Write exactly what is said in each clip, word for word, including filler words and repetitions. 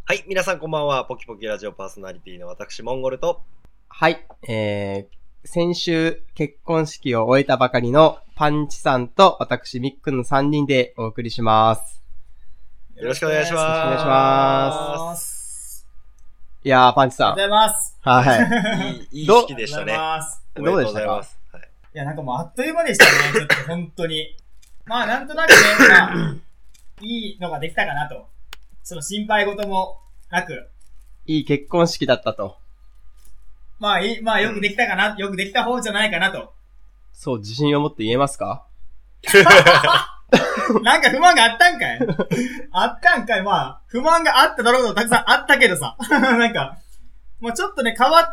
はい、皆さんこんばんは。ポキポキラジオパーソナリティの私、モンゴルと。 はい、えー、先週結婚式を終えたばかりのパンチさんと私、ミックのさんにんでお送りします。 よろしくお願いします。 よろしくお願いします。いやー、パンチさん。 ありがとうございます。 はい。 いい、いい式でしたね。 どうでしたか？はい。 いや、なんかもうあっという間でしたね、ちょっと本当に。まあ、なんとなくね、まあ、いいのができたかなと。その心配事もなく。 いい結婚式だったと。 まあ、いい、まあ、よくできたかな、よくできた方じゃないかなと。 そう、自信を持って言えますか？ なんか不満があったんかいあったんかいまあ、不満があっただろうとたくさんあったけどさ。なんか、もうちょっとね、変わった、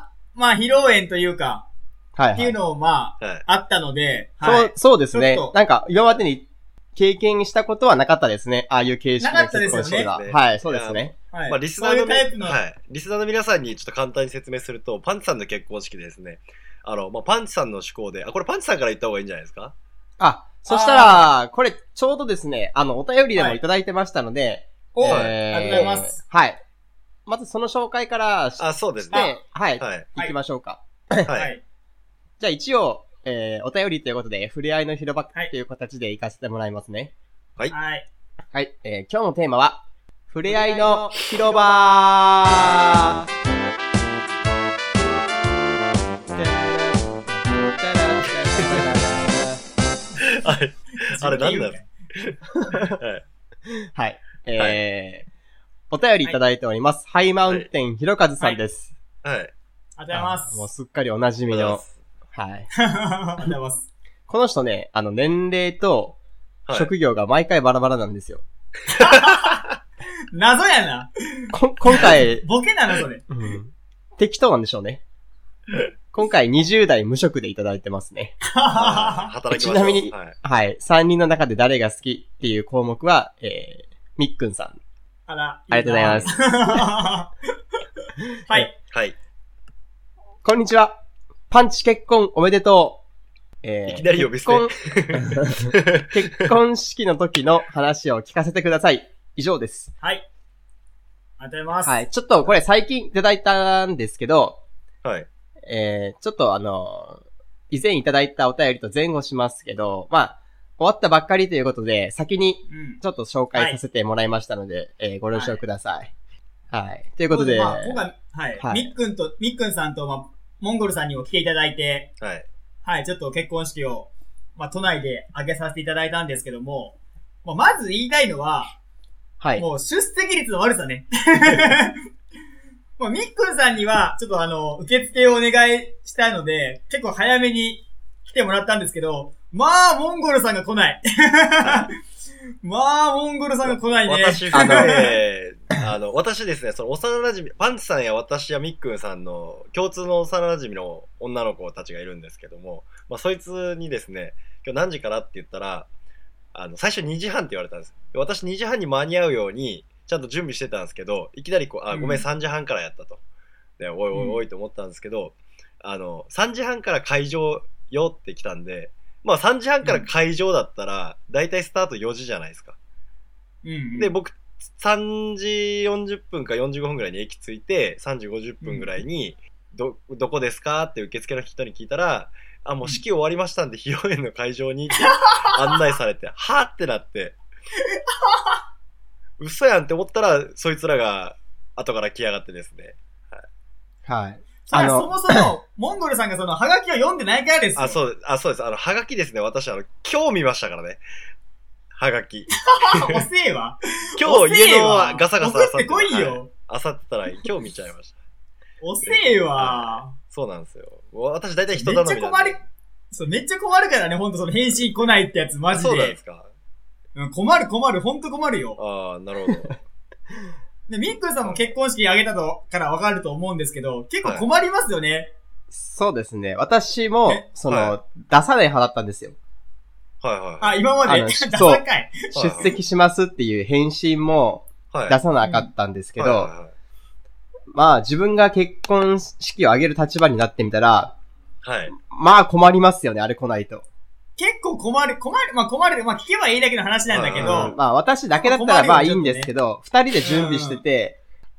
まあ、披露宴というか、 はい、はい。 っていうのもまあ、はい、あったので、 はい、そう、そうですね。なんか、今までに経験したことはなかったですね。ああいう形式の結婚式が。 ね、 はい、そうですね。 はい。まあ、リスナーの、ういうのはい。リスナーの皆さんにちょっと簡単に説明すると、パンチさんの結婚式でですね、あの、まあ、パンチさんの趣向で、あ、これパンチさんから言った方がいいんじゃないですか？ あ、そしたら、これ、ちょうどですね、あの、お便りでもいただいてましたので、 はい、えー、ありがとうございます。 はい。まずその紹介からして、 あ、そうですね。 はい。はい。行きましょうか。 はい。はい、 じゃあ一応、えー、お便りということで、ふれあいの広場という形で行かせてもらいますね。 はい。 はい。 はい。えー、今日のテーマは、ふれあいの広場あれ、あれ何だろうはい。はい。えー、お便りいただいております。ハイマウンテンひろかずさんです。 はい。 ありがとうございます。 もうすっかりお馴染みの。はい。 ありがとうございます。 この人ね、あの、年齢と、職業が毎回バラバラなんですよ。 謎やな。 こ、今回。 ボケなのそれ。 うん。適当なんでしょうね。今回にじゅう代無職でいただいてますね。 働きましょう。 ちなみに、はい、はい。さんにんの中で誰が好きっていう項目は、えー、みっくんさん。 あら。 ありがとうございます。 はい。 はい。 こんにちは。パンチ結婚おめでとう。 えー、いきなり呼び捨て。 結婚式の時の話を聞かせてください。以上です。 はい。ありがとうございます。 はい。ちょっとこれ最近いただいたんですけど、 はい。 えー、ちょっとあの、以前いただいたお便りと前後しますけど、まあ、終わったばっかりということで、先にちょっと紹介させてもらいましたので、うんはい、えー、ご了承ください。はい。はい、ということで、 まあ、今回、はい。はい、みっくんと、みっくんさんと、まあ、モンゴルさんにも来ていただいて、 はい。 はい、ちょっと結婚式を、まあ、都内で挙げさせていただいたんですけども、まあ、まず言いたいのは、 はい。 もう出席率の悪さね。まあ、みっくんさんには、ちょっとあの、受付をお願いしたので、結構早めに来てもらったんですけど、まあ、モンゴルさんが来ない。まあ、モンゴルさんが来ないね。 私、あの、えー、あの、私ですね、その幼馴染、パンチさんや私やみっくんさんの共通の幼馴染の女の子たちがいるんですけども、まあ、そいつにですね、今日何時からって言ったら、あの、最初にじはんって言われたんです。私にじはんに間に合うように、ちゃんと準備してたんですけど、いきなりこう、あ、ごめん、さんじはんからやったと。で、おいおいおいと思ったんですけど、うん、あの、さんじはんから会場よって来たんで、まあさんじはんから会場だったら、だいたいスタートよじじゃないですか。 うんうん、 で、僕、さんじよんじゅっぷんかよんじゅうごふんぐらいに駅着いて、さんじごじゅっぷんぐらいに、ど、どこですかって受付の人に聞いたら、あ、もう式終わりましたんで、披露宴の会場にって案内されて、はぁってなって、嘘やんって思ったら、そいつらが後から来やがってですね。 はい。はい。 あの、そもそも、モンゴルさんがその、ハガキを読んでないからですよ。 あ、そう、あ、そうです。あの、ハガキですね。私、あの、今日見ましたからね。ハガキ。 おせえわ。 今日家のガサガサ送ってこいよ。 あさってたら、今日見ちゃいました。 おせえわ。 そうなんですよ。私大体人頼みなんで。 めっちゃ困る。そう、めっちゃ困るからね、ほんとその返信来ないってやつ、マジで。 そうなんですか。 うん、困る困る、ほんと困るよ。 ああ、なるほど。 で、ミックさんも結婚式あげたと、からわかると思うんですけど、結構困りますよね。はい、 そうですね。私も、その、はい、出さない派だったんですよ。 はいはい。 あ、今まで出さんかい。 出席しますっていう返信も出さなかったんですけど、まあ自分が結婚式を挙げる立場になってみたら、 はい。 まあ困りますよね、あれ来ないと。 結構困る、困る、まあ困る、まあ聞けばいいだけの話なんだけど。 まあ私だけだったらまあいいんですけど、二人で準備してて、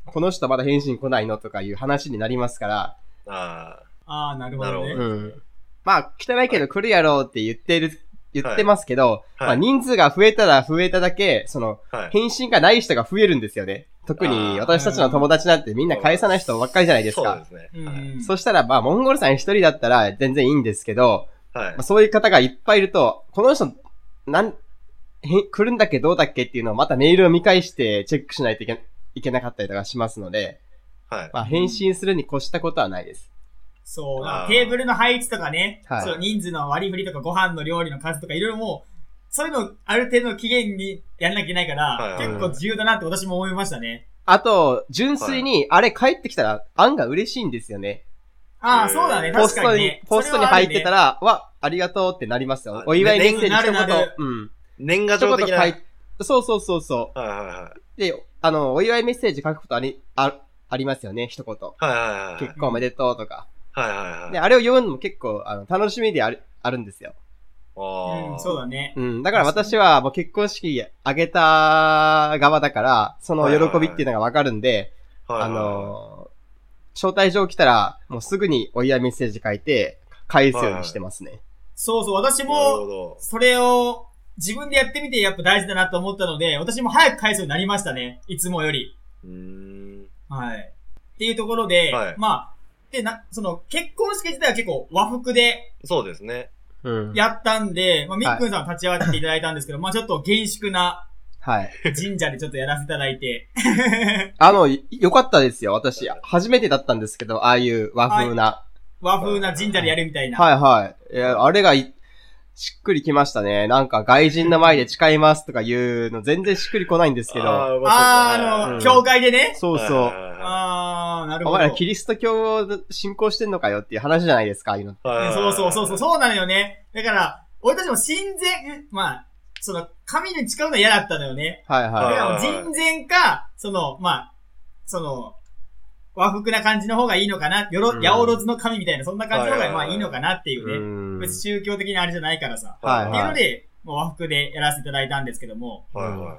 この人まだ返信来ないのとかいう話になりますから。 ああー、なるほどね。 うん。まあ、汚いけど来るやろうって言ってる、言ってますけど、はい、まあ人数が増えたら増えただけ、その、はい、返信がない人が増えるんですよね。特に私たちの友達なんてみんな返さない人ばっかりじゃないですか。 そうですね。はい、 そしたら、まあ、モンゴルさん一人だったら全然いいんですけど、はい、まあ、そういう方がいっぱいいると、この人、なん、へ、来るんだっけどうだっけっていうのをまたメールを見返してチェックしないといけ、いけなかったりとかしますので、はい。まあ、返信するに越したことはないです。 そう、テーブルの配置とかね、はい、そう人数の割り振りとかご飯の料理の数とかいろいろもう、そういうのある程度の期限にやんなきゃいけないから、はいはいはい、結構重要だなって私も思いましたね。 あと、純粋に、あれ帰ってきたら案が嬉しいんですよね。 ああ、そうだね、確かに、ね。 ポストに、ポストに入ってたら、わ、ありがとうってなりますよ。お祝いメッセージ一言。うん。 年賀状的な。 そうそうそうそう。 はいはいはい。 で、あの、お祝いメッセージ書くことあり、あ、ありますよね、一言。 はいはいはい。 結婚おめでとうとか。 はいはいはい。 で、あれを読むのも結構、あの、楽しみである、あるんですよ。 ああ、うん、そうだね。 うん。だから私はもう結婚式あげた側だから、その喜びっていうのがわかるんで、はいはいはい、あのー、招待状来たら、もうすぐにお祝いメッセージ書いて、返すようにしてますね。はいはい、 そうそう、私も、それを自分でやってみてやっぱ大事だなと思ったので、私も早く返すようになりましたね。いつもより。 うーん。 はい。っていうところで、はい、まあ、で、な、その、結婚式自体は結構和服で、 そうですね。 やったんで、まあ、みっくんさん立ち上がっていただいたんですけど、はい、まあちょっと厳粛な、はい。神社でちょっとやらせていただいて。 あの、よかったですよ、私。初めてだったんですけど、ああいう和風な。はい、 和風な神社でやるみたいな。 はいはい。いや、あれがい、しっくりきましたね。なんか外人の前で誓いますとか言うの全然しっくりこないんですけど。 あー、あ, あの、うん、教会でね。 そうそう。 あー、なるほど。 お前らキリスト教を信仰してんのかよっていう話じゃないですか、ああいうの。 そうそうそうそう、そうなのよね。だから、俺たちも神前、まあ、その、神に誓うのは嫌だったのよね。 はいはい。だから神前か、その、まあ、その、和服な感じの方がいいのかな。よろ、うん、八百万の神みたいな、そんな感じの方がまあいいのかなっていうね。うん、別に宗教的なあれじゃないからさ。はいはい、っていうので、もう和服でやらせていただいたんですけども。はいはいはい、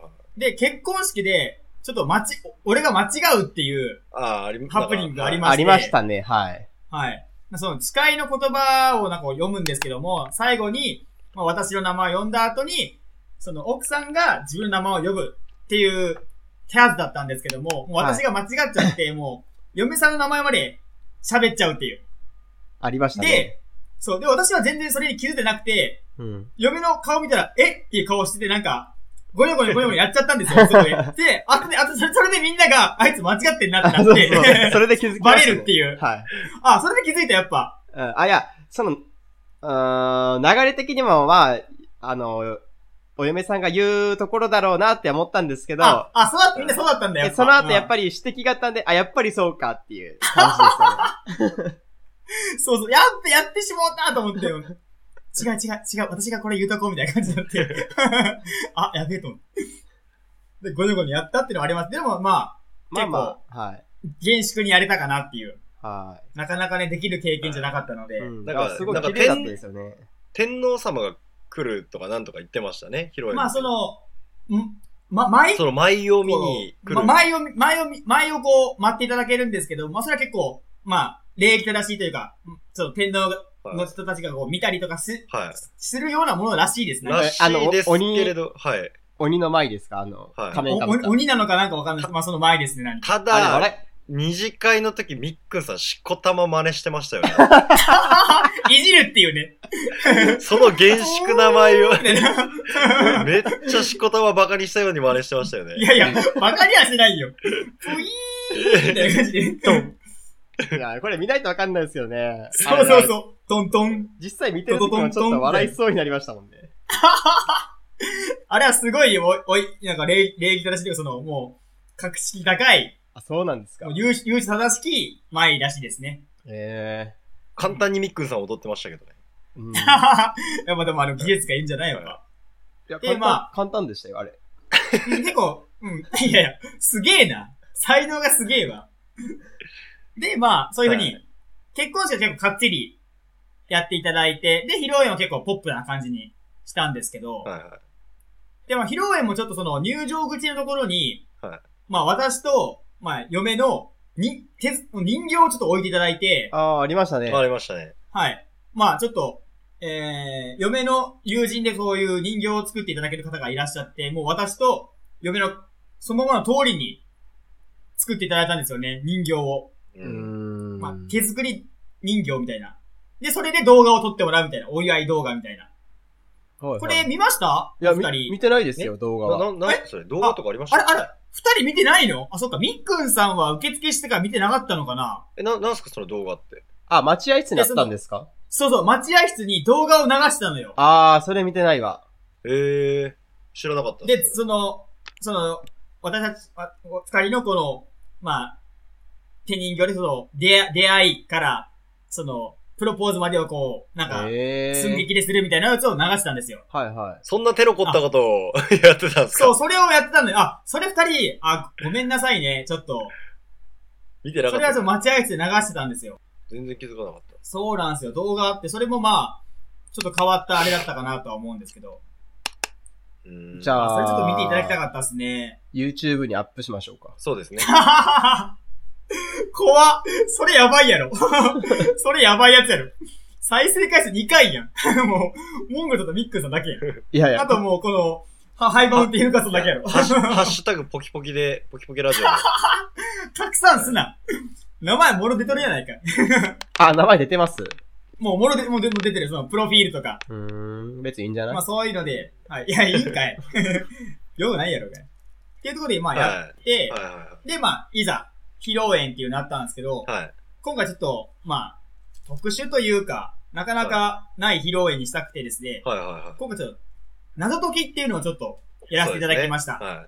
で、結婚式で、ちょっと間違、俺が間違うっていう、 ああ、 ハプニングがありまして。 ありましたね、はい。 はい。その誓いの言葉をなんか読むんですけども、最後に、まあ、私の名前を読んだ後に、その奥さんが自分の名前を呼ぶっていう手はずだったんですけども、もう私が間違っちゃって、はい、もう、嫁さんの名前まで喋っちゃうっていう。 ありましたね。 で、そう。で、私は全然それに気づいてなくて、うん、嫁の顔見たら、えっていう顔してて、なんか、ゴニョゴニョゴニョゴニョやっちゃったんですよ、そこで。で、あとで、あとそれ、それでみんなが、あいつ間違ってんなってなって、 そうそうそれで気づきました、ね。 バレるっていう。はい。あ、それで気づいた、やっぱ。 うん、あ、いや、その、うーん、流れ的にも、まあ、あの、お嫁さんが言うところだろうなって思ったんですけど。 あ、あ、そうだった、みんなそうだったんだよ。 その後やっぱり指摘があったんで、あ、やっぱりそうかっていう感じですよね。 そうそう、やってやってしもうたと思ってよ。違う違う違う、私がこれ言うとこうみたいな感じになって。あ、やべえと思って。で、ゴニョゴニョやったっていうのはあります。でもまあ、まあまあ、はい。厳粛にやれたかなっていう。はい。なかなかね、できる経験じゃなかったので。うん、 だからすごい綺麗だったですよね。 天皇様が来るとかなんとか言ってましたね、広い。 まあその、んま、前その舞を見に来る。 ま、舞を、舞を、舞をこう、待っていただけるんですけど、まあそれは結構、まあ、礼儀正しいというか、その天皇の人たちがこう見たりとかす、はい、するようなものらしいですね。 らしいですけれど、はい。 鬼の舞ですかあの、はい、仮面かぶった。 鬼なのかなんかわかんないです。まあその舞ですね、何ただ、あれ二次会の時、みっくんさん、しこたま真似してましたよね。 いじるっていうね。 その厳粛な舞を、めっちゃしこたまバカにしたように真似してましたよね。 いやいや、バカにはしてないよ。ぷいーみたいな感じで、トン。 いや、これ見ないとわかんないですよね。 そうそうそう。トントン。 実際見てる時もちょっと笑いそうになりましたもんね。 あれはすごい、おい、おい、なんか礼儀正しいというか、その、もう、格式高い。 あ、そうなんですか。 優秀正しき舞らしいですね。 へえー。簡単にみっくんさん踊ってましたけどね。 うん。やっぱでもあの技術がいいんじゃないのか。 いや、簡単、まあ、簡単でしたよ、あれ。 結構、うん。いやいや、すげえな。才能がすげえわ。で、まあ、そういうふうに、はい、結婚式は結構かっちりやっていただいて、で、披露宴は結構ポップな感じにしたんですけど、はいはい、でも披露宴もちょっとその入場口のところに、はい、まあ私と、 まあ、嫁の、に、手ず、人形をちょっと置いていただいて、 ああ、ありましたね。 ありましたね。 はい。まあ、ちょっと、えー、嫁の友人でそういう人形を作っていただける方がいらっしゃって、もう私と嫁のそのままの通りに作っていただいたんですよね、人形を。 うーん。 まあ、手作り人形みたいな。で、それで動画を撮ってもらうみたいな。お祝い動画みたいな。 はいはい、 これ見ましたいや、 二人見てないですよ、動画は。 な、な、それ動画とかありましたあれ、あれ、二人見てないのあ、そっか、みっくんさんは受付してから見てなかったのかなえ、な、なんすかその動画って。 あ、待合室にあったんですか？ そうそう、待合室に動画を流したのよ。 あー、それ見てないわ。 えー、知らなかったで、その、その、私たち、あ二人のこの、まあ、手人形でその、出、出会いから、その、プロポーズまでをこう、なんか、寸劇でするみたいなやつを流したんですよ。 はいはい。 そんな手の凝ったことをやってたんですか？ そう、それをやってたのよ。あ、それ二人、あ、ごめんなさいね、ちょっと。 見てなかった。 それはちょっと待合室で流してたんですよ。 全然気づかなかった。 そうなんですよ。動画あって、それもまあ、ちょっと変わったあれだったかなとは思うんですけど。 うーん。 じゃあ、 それちょっと見ていただきたかったですね。 YouTube にアップしましょうか。 そうですね。 怖っ。それやばいやろ。それやばいやつやろ。再生回数にかいやん。もう、モンゴルとミックンさんだけやん。 いやいや。 あともう、この、ハイバウンティールカさんだけやろ。 ハッシュ、ハッシュタグポキポキで、ポキポキラジオで。 たくさんすな。名前もろ出とるやないか。 あ、名前出てます？ もうもろで、もう出てる、その、プロフィールとか。 うーん、別にいいんじゃない？ まあそういうので、はい。いや、いいんかい。よくないやろかい。っていうところで、まあやって、 はいはいはい。 で、まあ、いざ、披露宴っていうのあったんですけど、 はい。 今回ちょっと、まあ、特殊というか、なかなかない披露宴にしたくてですね、 はいはいはい。 今回ちょっと、謎解きっていうのをちょっと、やらせていただきました。 ね、はい。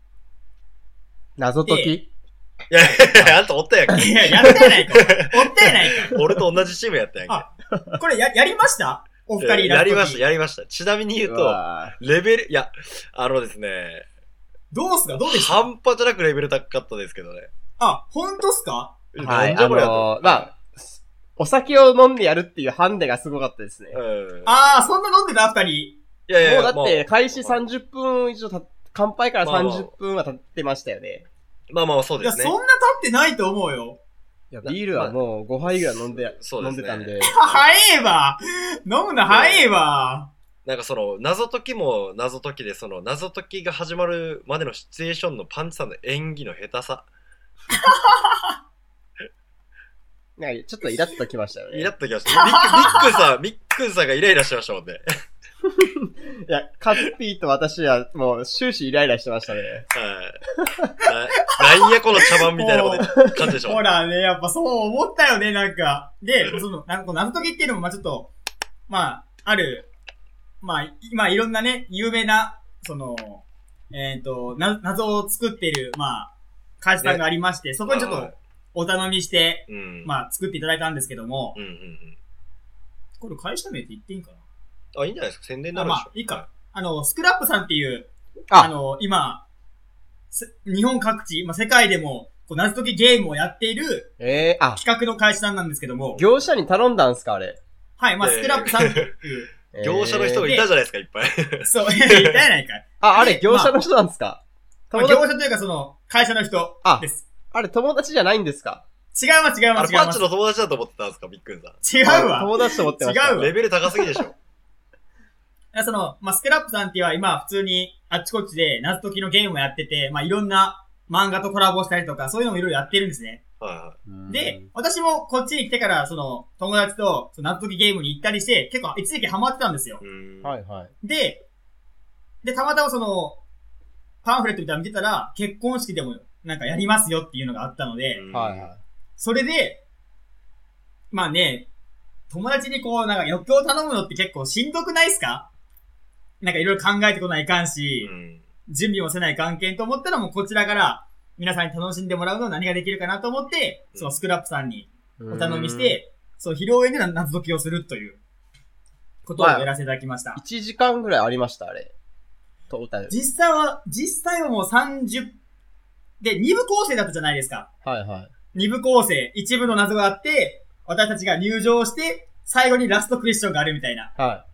謎解き？ いやいやいや、あんたおったやんけ。 いや、やったやないか。おったやないか。 俺と同じチームやったやんけ。 あ、これや、やりましたお二人ややりました、やりました。ちなみに言うと、レベル、いや、あのですね、 どうすかどうでした半端じゃなくレベル高かったですけどね。 あ、ほんとっすかはい、あのー、まあ、お酒を飲んでやるっていうハンデがすごかったですね。 うん。ああ、そんな飲んでた二人。 いやいや、 もうだって、開始さんじゅっぷん以上た、乾杯からさんじゅっぷんは経ってましたよね。 まあまあ、そうですね。 いや、そんな経ってないと思うよ。 いや、ビールはもうごはいぐらい飲んで、飲んでたんで。 早えわ飲むの早えわなんかその、謎解きも謎解きで、その、謎解きが始まるまでのシチュエーションのパンチさんの演技の下手さ。 なんかちょっとイラッときましたよね。 イラッときました。ミック、ミックさん、ミックさんがイライラしてましたもんね。 いや、カッピーと私はもう終始イライラしてましたね。 はい。な、なんやこの茶番みたいなこと感じでしょ。 ほらね、やっぱそう思ったよね、なんか。で、その、なんか謎解きっていうのも、まあちょっと、まあ、ある、まあ、今いろんなね、有名な、その、えっ、ー、と、な、謎を作っている、まあ、会社さんがありまして、ね、そこにちょっと、お頼みして、うん、まあ、作っていただいたんですけども、うんうんうん、これ会社名って言っていいんかなあ、いいんじゃないですか宣伝になるでしょ。 あ、まあ、いいか。あの、スクラップさんっていう、あ, あの、今、日本各地、まあ、世界でも、こう謎解きゲームをやっている、 えー、あ、 企画の会社さんなんですけども。 業者に頼んだんすかあれ。 はい、まあ、スクラップさんっていう。 業者の人がいたじゃないですか、いっぱい。 そう、いたやないかい。 あ、あれ、業者の人なんですか、 まあ、業者というか、その、会社の人です。 あ、あれ、友達じゃないんですか違うわ、違うわ、違うわ。 あれ、パンチの友達だと思ってたんですか、ビックンさん。 違うわ。 友達と思ってました。 違うわ。 レベル高すぎでしょ。 その、まあ、スクラップさんっていうのは今、普通に、あっちこっちで、謎解きのゲームをやってて、まあ、いろんな漫画とコラボしたりとか、そういうのもいろいろやってるんですね。 はいはい。 で、私もこっちに来てから、その、友達と、その謎解きゲームに行ったりして、結構一時期ハマってたんですよ。 はいはい。 で、で、たまたまその、パンフレットみたいなの見てたら、結婚式でもなんかやりますよっていうのがあったので、 はいはい。 それで、まあね、友達にこう、なんか余興頼むのって結構しんどくないっすか？なんかいろいろ考えてこないかんし、うん、準備もせない関係と思ったらもうこちらから皆さんに楽しんでもらうのは何ができるかなと思って、うん、そのスクラップさんにお頼みして、そう、披露宴で謎解きをするということをやらせていただきました。まあ、 いちじかんぐらいありました、あれ。トータル。 実際は、実際はもうさんじゅう、で、に部構成だったじゃないですか。 はいはい。 に部構成、いち部の謎があって、私たちが入場して、最後にラストクエスチョンがあるみたいな。 はい。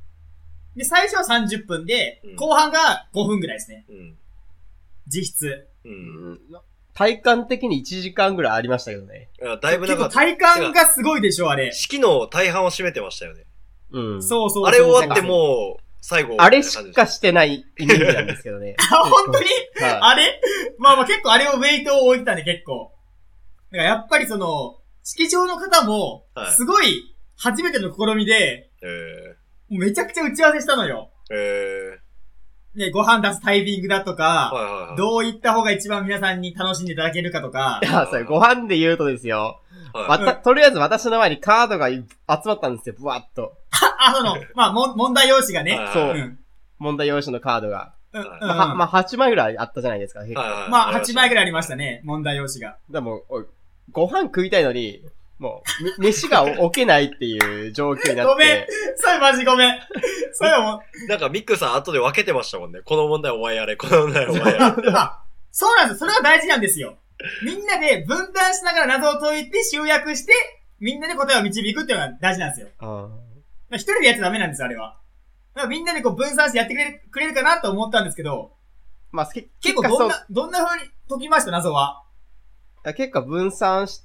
で、最初はさんじゅっぷんで、うん、後半がごふんぐらいですね。うん、実質。 うん。 体感的にいちじかんぐらいありましたけどね。 いやだいぶ長かった。 結構体感がすごいでしょ、あれ。 式の大半を占めてましたよね。 うん。 そうそうそう。 あれ終わってもう、最後。 あれしかしてないイメージなんですけどね。 あ、本当に、はい、あれまあまあ結構あれをウェイトを置いてたね、結構。だからやっぱりその、式場の方も、すごい、初めての試みで、はい、めちゃくちゃ打ち合わせしたのよ。 えー、ね、ご飯出すタイミングだとか、 はいはいはい、 どういった方が一番皆さんに楽しんでいただけるかとか。 いや、それご飯で言うとですよ。はい、わた、とりあえず私の前にカードが集まったんですよ、ブワッと。 あ、その、まあ、も、問題用紙がね。 そう、うん。問題用紙のカードが。 うん、 まあ、まあ、はちまいぐらいあったじゃないですか、結構。 まあ、はちまいぐらいありましたね、問題用紙が。 でも、ご飯食いたいのに、もう、飯が置けないっていう状況になって。 ごめん。それマジごめん。それはもう。なんかミックさん後で分けてましたもんね。この問題お前やれ、この問題お前やれ。 あ、そうなんです。それは大事なんですよ。みんなで分担しながら謎を解いて集約して、みんなで答えを導くっていうのが大事なんですよ。一人でやっちゃダメなんです、あれは。だからみんなでこう分散してやってくれる、くれるかなと思ったんですけど。 まあ、 結構どんな、どんな風に解きました謎は。 結構分散して、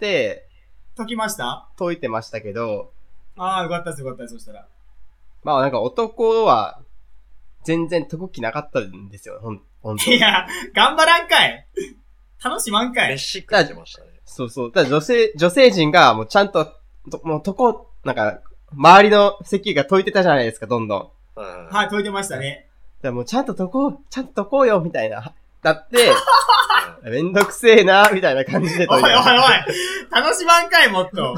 解きました解いてましたけど。 ああ、よかったです、よかったです、そしたら。 まあなんか男は、全然解く気なかったんですよ、ほん、ほんと。 いや、頑張らんかい。楽しまんかい。 飯食ってましたね。 そうそう。ただ女性、女性陣がもうちゃんと、もう解こう、なんか、周りの席が解いてたじゃないですか、どんどん。 はい、解いてましたね。 でもうちゃんと解こう、ちゃんと解こうよ、みたいな。だって、めんどくせえな、みたいな感じで解いて。 おいおいおい楽しまんかい、もっと。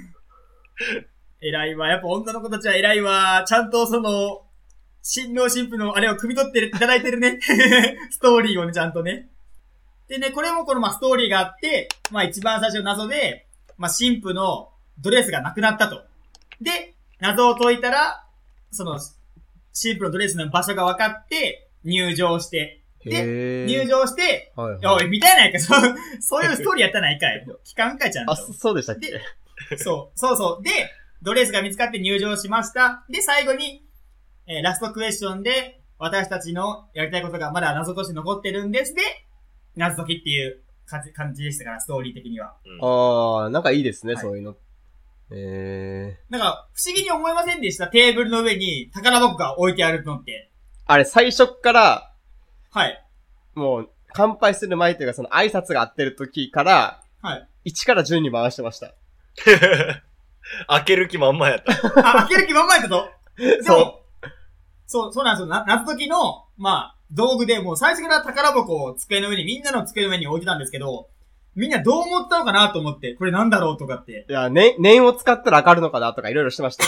偉いわ。やっぱ女の子たちは偉いわ。ちゃんとその、新郎新婦のあれを汲み取っていただいてるね。ストーリーをね、ちゃんとね。でね、これもこのまあストーリーがあって、まあ一番最初の謎で、まあ新婦のドレスがなくなったと。で、謎を解いたら、その、新婦のドレスの場所が分かって、入場して、で、入場して、はいはい、おい、みたいなやか、そう、そういうストーリーやったないかい。期間かいちゃんと。 あ、そうでしたっけ？ で、そう、そうそう。で、ドレスが見つかって入場しました。で、最後に、えー、ラストクエスチョンで、私たちのやりたいことがまだ謎として残ってるんです。で、謎解きっていう感じでしたから、ストーリー的には。 うん、あー、なんかいいですね、はい、そういうの。 えー。なんか、不思議に思いませんでした？テーブルの上に宝箱が置いてあるのって。 あれ、最初から、 はい。 もう、乾杯する前というか、その挨拶が合ってる時から、 はい。 いちからじゅうに回してました。 開ける気まんまやった。 あ、開ける気まんまやったとそう。そう、そうなんですよ。な、夏時の、まあ、道具でもう最初から宝箱を机の上に、みんなの机の上に置いてたんですけど、みんなどう思ったのかなと思って、これなんだろうとかって。 いや、ね、念を使ったら上がるのかなとかいろいろしてました。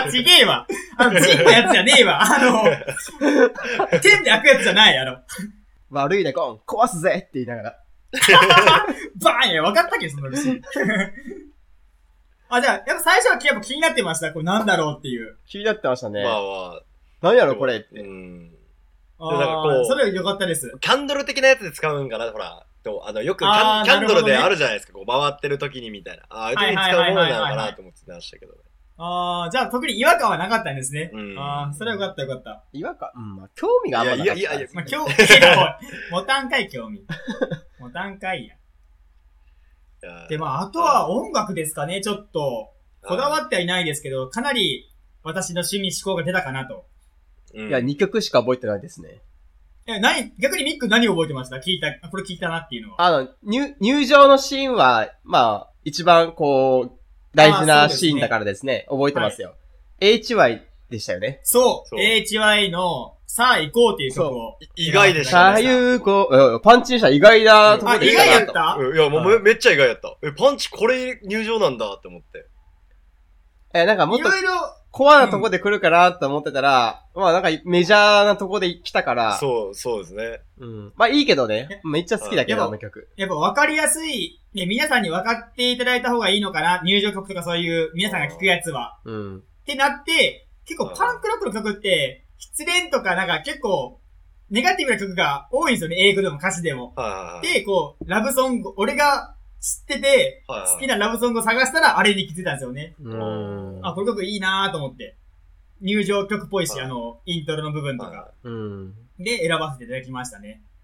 ちげえわ。あの、チンのやつじゃねえわ。あの、剣で開くやつじゃない、あの。 悪いね、ゴン、壊すぜって言いながら。 バーンや、分かったっけ、そのシーン。あ、じゃあ、やっぱ最初はやっぱ気になってました。これなんだろうっていう。 気になってましたね。 まあまあ。 何やろ、これって。 うん。 ああ、なんかこうそれは良かったです。 キャンドル的なやつで使うんかな、ほら。と、あの、よくキャン、キャンドルであるじゃないですか、こう回ってる時にみたいな。ああ、ああいう時に使うものなのかなと思ってましたけどね。 ああ、じゃあ特に違和感はなかったんですね。うん、ああ、それはよかったよかった。 違和感うん、まあ、興味があんまなかった。いやいやいや、 まあ、興味が、ボタンかい、興味。ボタンかいや。で、まあ、あとは音楽ですかね、ちょっと。こだわってはいないですけど、かなり私の趣味思考が出たかなと。 うん、いや、にきょくしか覚えてないですね。 え、何、逆にミック何覚えてました？聞いた、これ聞いたなっていうのは。 あの、入、入場のシーンは、まあ、一番こう、大事なシーンだからですね。覚えてますよ。はい、エイチワイ でしたよね。 そう。そう エイチワイ の、さあ行こうっていう曲を。 意外でした。 さあ行こう。パンチでした。意外なところでした。あ、意外やった？ いや、もうめ、めっちゃ意外やった。え、パンチこれ入場なんだって思って。 え、なんかもっと、コアなとこで来るかなって思ってたら、うん、まあなんかメジャーなとこで来たから。 そう、そうですね。 うん。まあいいけどね。めっちゃ好きだけど、あの曲。 やっぱ分かりやすい、ね、皆さんに分かっていただいた方がいいのかな。入場曲とかそういう皆さんが聴くやつは。 うん。 ってなって、結構パンクロックの曲って、失恋とかなんか結構、ネガティブな曲が多いんですよね。英語でも歌詞でも。で、こう、ラブソング、俺が、知ってて、はいはい、好きなラブソングを探したらあれに気づいたんですよね。 うん。 あ、この曲いいなぁと思って。入場曲っぽいし、はい、あの、イントロの部分とか。 うん。 で、選ばせていただきましたね。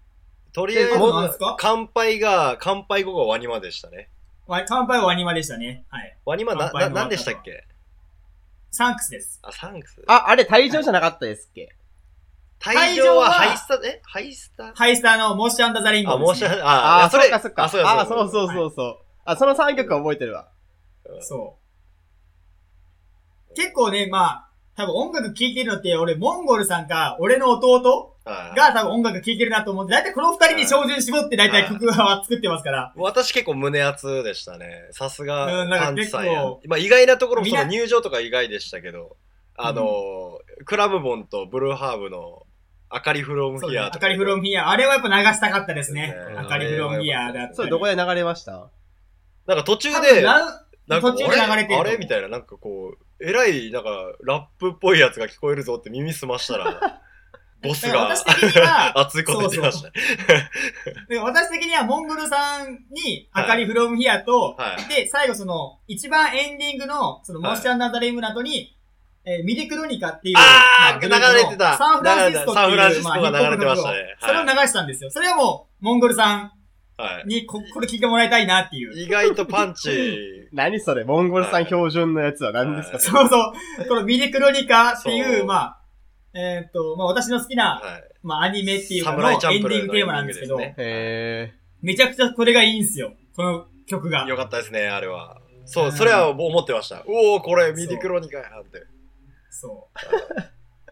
とりあえずえなんですか、 乾杯が、乾杯後がワニマでしたね。 わ乾杯はワニマでしたね。はい。 ワニマな、な、なんでしたっけ？ サンクスです。 あ、サンクス。 あ、あれ退場じゃなかったですっけ？ 退場はハイスタ、えハイスタハイスタのモッシュ&ザ・レインボーです、ね。 あ、モッシュ、あ、 あ、それかそっか。 あ、そうあ、そうそうそうそう。あ、そのさんきょくは覚えてるわ。 そう。結構ね、まあ、多分音楽聴いてるのって、俺、モンゴルさんか、俺の弟が多分音楽聴いてるなと思って、だいたいこの二人に照準絞ってだいたい曲は作ってますから。 私結構胸熱でしたね。さすが、パンツさんや。 うん、 まあ意外なところもその入場とか意外でしたけど、あの、うん、クラムボンとブルーハーブのアカリフロムヒア、ね。 アカリフロムヒア。あれはやっぱ流したかったですね。アカリフロムヒアだった。 それどこで流れました？ なんか途中で、 なんか途中で流れてる。 あれみたいな、なんかこう、えらい、なんか、ラップっぽいやつが聞こえるぞって耳すましたら、ボスが私的には熱いこと言ってました。 で私的にはモンゴルさんにアカリフロムヒアと、はい、で、最後その、一番エンディングの、その、モッシュ&ザ・レイムの後に、えー、ミデクロニカっていう、 あー、まあ、流れてた。 サンフランシスコっていう、 サンフランシスコが流れてましたね。 それを流したんですよ。それはもう、モンゴルさんにこ、これ聞いてもらいたいなっていう。 意外とパンチ。 何それモンゴルさん標準のやつは何ですか？ そうそう。このミデクロニカっていう、まあ、えっと、まあ私の好きな、はい、まあアニメっていうののエンディングテーマなんですけど、 へめちゃくちゃこれがいいんですよ。この曲が。 よかったですね、あれは。そう、それは思ってました。おー、これミデクロニカやって。 そう。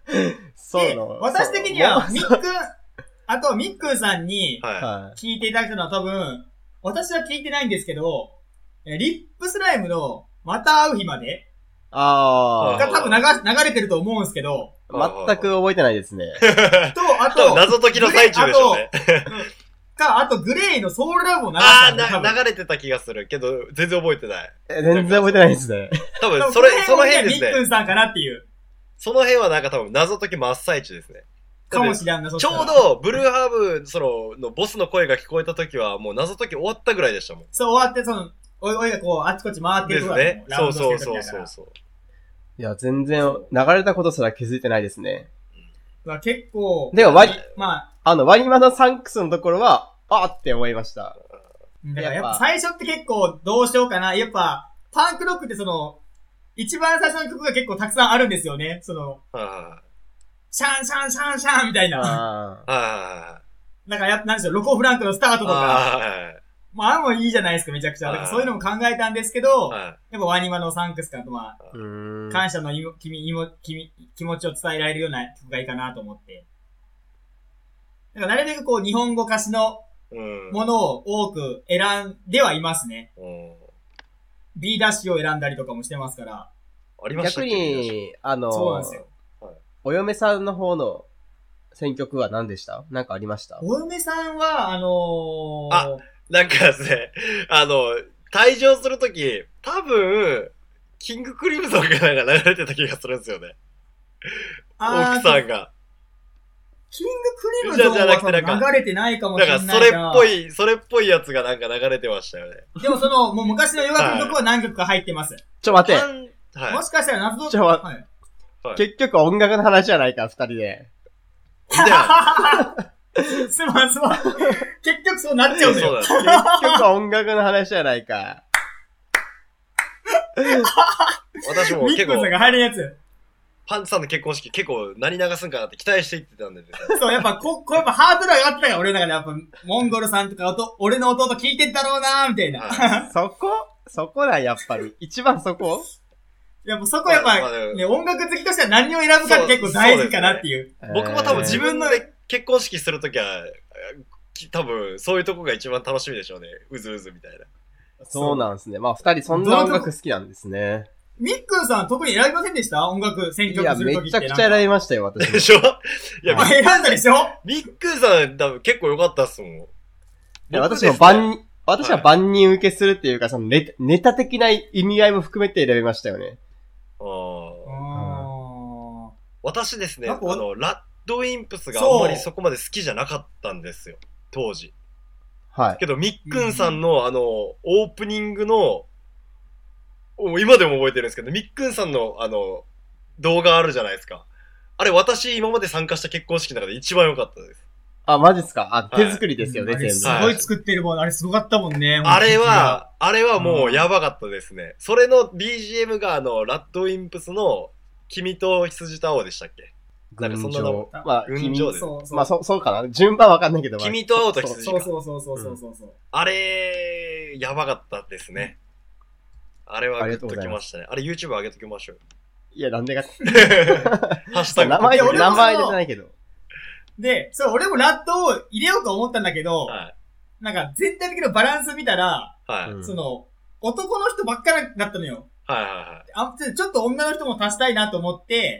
そうの。 私的には、ミックン、あとミックンさんに聞いていただいたのは多分、私は聞いてないんですけど、リップスライムのまた会う日まであが多分流流れてると思うんですけど、 全く覚えてないですね。 と、あと、 謎解きの最中でしょうね。 か、あとグレイのソウルラブを流したんで、 ああ、流れてた気がするけど、全然覚えてない。 え、全然覚えてないですね。 多分、それ、その辺ですね。 ミックンさんかなっていう。 その辺はなんか多分謎解き真っ最中ですね。 かもしれんな、 ちょうど、ブルーハーブ、その、のボスの声が聞こえた時は、もう謎解き終わったぐらいでしたもん。 そう、終わって、その、おいおいがこう、あっちこっち回ってるとですね。そうそうそうそうそう。 いや、全然、流れたことすら気づいてないですね。 まあ、結構。 でも、ワニ、 まあ、あの、ワニマのサンクスのところは、あーって思いました。 だからやっぱ最初って結構どうしようかな。やっぱ、パンクロックってその、一番最初の曲が結構たくさんあるんですよね。その、シャンシャンシャンシャンみたいな。だからやっぱなんでしょう、ロコ・フランクのスタートとか。まあ、あれもいいじゃないですか、めちゃくちゃ。だからそういうのも考えたんですけど、やっぱワニマのサンクスかと、まあ、感謝の君、君、気持ちを伝えられるような曲がいいかなと思って。だからなるべくこう、日本語歌詞のものを多く選んではいますね。B ダッシュを選んだりとかもしてますから。 ありましたっけ？ 逆に、あの、 そうなんですよ。 お嫁さんの方の選曲は何でした？なんかありました？ お嫁さんは、あのー、 あ、なんかですね、あの、退場するとき、多分、キングクリムゾンがなんか流れてた気がするんですよね。奥さんが。 キングクリムゾンは流れてないかもしれないな。 だからそれっぽい、それっぽいやつがなんか流れてましたよね。 でもその、もう昔の洋楽の曲は何曲か入ってます。 ちょ、待て。 はい、もしかしたら謎解き。 ちょ、待って。はい、結局音楽の話じゃないか、二人で。 すまんすまん。結局そうなっちゃうんだよ。 結局音楽の話じゃないか。 私も結構。 ミックさんが入るやつ。 パンツさんの結婚式結構何流すんかなって期待していってたんで、ね。 そう、やっぱこ、こやっぱハードル上がってたから、俺の中でやっぱ、モンゴルさんとかお俺の弟聞いてんだろうなーみたいな。 はい、そこそこだ、やっぱり。一番そこやっぱそこやっぱ、まあね、音楽好きとしては何を選ぶかって結構大事かなっていう。うね、僕も多分自分の結婚式するときは、多分そういうとこが一番楽しみでしょうね。うずうずみたいな。 そうなんですね。まあ二人そんな音楽好きなんですね。 ミックンさん特に選びませんでした？音楽選曲するときって。 いや、めちゃくちゃ選びましたよ、私。 でしょ？いや、選んだでしょ？ ミックンさん多分結構良かったっすもん。いや、私も万人、私は万人受けするっていうか、そのネタ、ネタ的な意味合いも含めて選びましたよね。 ああ。私ですね、あの、ラッドインプスがあんまりそこまで好きじゃなかったんですよ、当時。 はい。 けど、ミックンさんの、あの、オープニングの、今でも覚えてるんですけど、ミックンさんの、あの、動画あるじゃないですか。あれ、私今まで参加した結婚式の中で一番良かったです。 あ、マジっすか？あ、手作りですよね、 あれ全部。 すごい作ってるもん。あれすごかったもんね。 あれは、あれはもうやばかったですね。それの ビージーエム があの、ラッドウィンプスの君と羊と青でしたっけ？なんかそんなの。 まあ、 群青で。 そうそう。 まあ、そ、そうかな。順番わかんないけど。 君と青と羊か。 そうそうそうそうそうそうそう。 あれ、やばかったですね。あれはグッときましたね。あれ YouTube 上げときましょう。 いや、なんでか。 ハッシュタグ。 名前、名前入れてないけど。 で、そう、俺もラットを入れようと思ったんだけど、 はい、 なんか全体的なバランス見たら、 はい、 その、男の人ばっかりだったのよ。 はいはいはい。 あ、ちょっと女の人も足したいなと思って、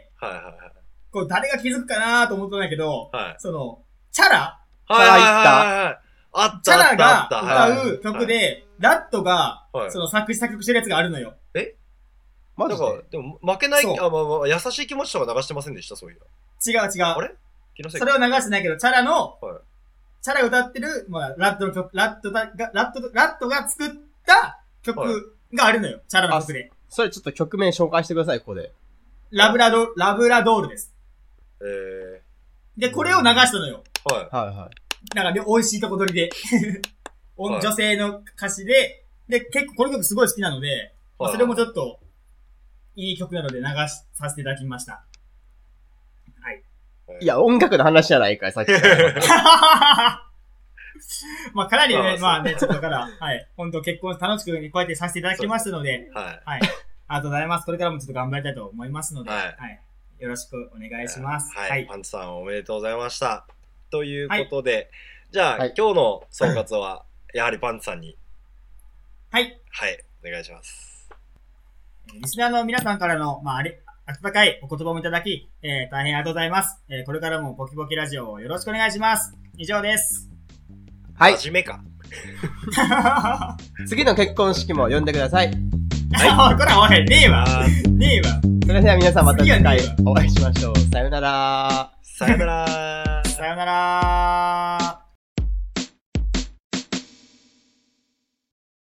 はいはいはい。 こう、誰が気づくかなと思ったんだけど、 はい、 その、チャラはいはいはいはい。あったチャラがあった歌う曲で、ラットが、 はい、 その作詞作曲してるやつがあるのよ。 えマジで？ なんか、でも負けない、あ、まあまあ、優しい気持ちとか流してませんでした、そういう。 違う違う。 あれそれは流してないけど、チャラの、 はい、 チャラが歌ってる、まあ、ラットの曲、ラットが、ラット、ラットが作った曲があるのよ。はい、チャラの曲で。 それちょっと曲名紹介してください、ここで。 ラブラド、ラブラドールです。 えー。 で、これを流したのよ。 はい。 はいはい。 なんか、美味しいとこ取りで。はい、女性の歌詞で、で、結構この曲すごい好きなので、はい、まあ、それもちょっと、いい曲なので流しさせていただきました。はい。 いや、音楽の話じゃないかい、さっきから。 まあ、かなりね、まあね、ちょっとから、はい。本当結婚楽しくこうやってさせていただきますので、 はい。 はい。ありがとうございます。これからもちょっと頑張りたいと思いますので、はい。はい、よろしくお願いします。 はい。はい、パンツさんおめでとうございました。ということで、はい、じゃあ、はい、今日の総括は、やはりパンツさんに。 はい。 はい。お願いします。 リスナーの皆さんからの、まあ、あれ、温かいお言葉もいただき、えー、大変ありがとうございます。えー、これからもポキポキラジオをよろしくお願いします。以上です。 はい。 真面目か。 次の結婚式も呼んでください。 はい。これはおい、ねえわ。ねえわ。 それでは皆さんまた次回お会いしましょう。さよなら。 さよなら。 さよなら。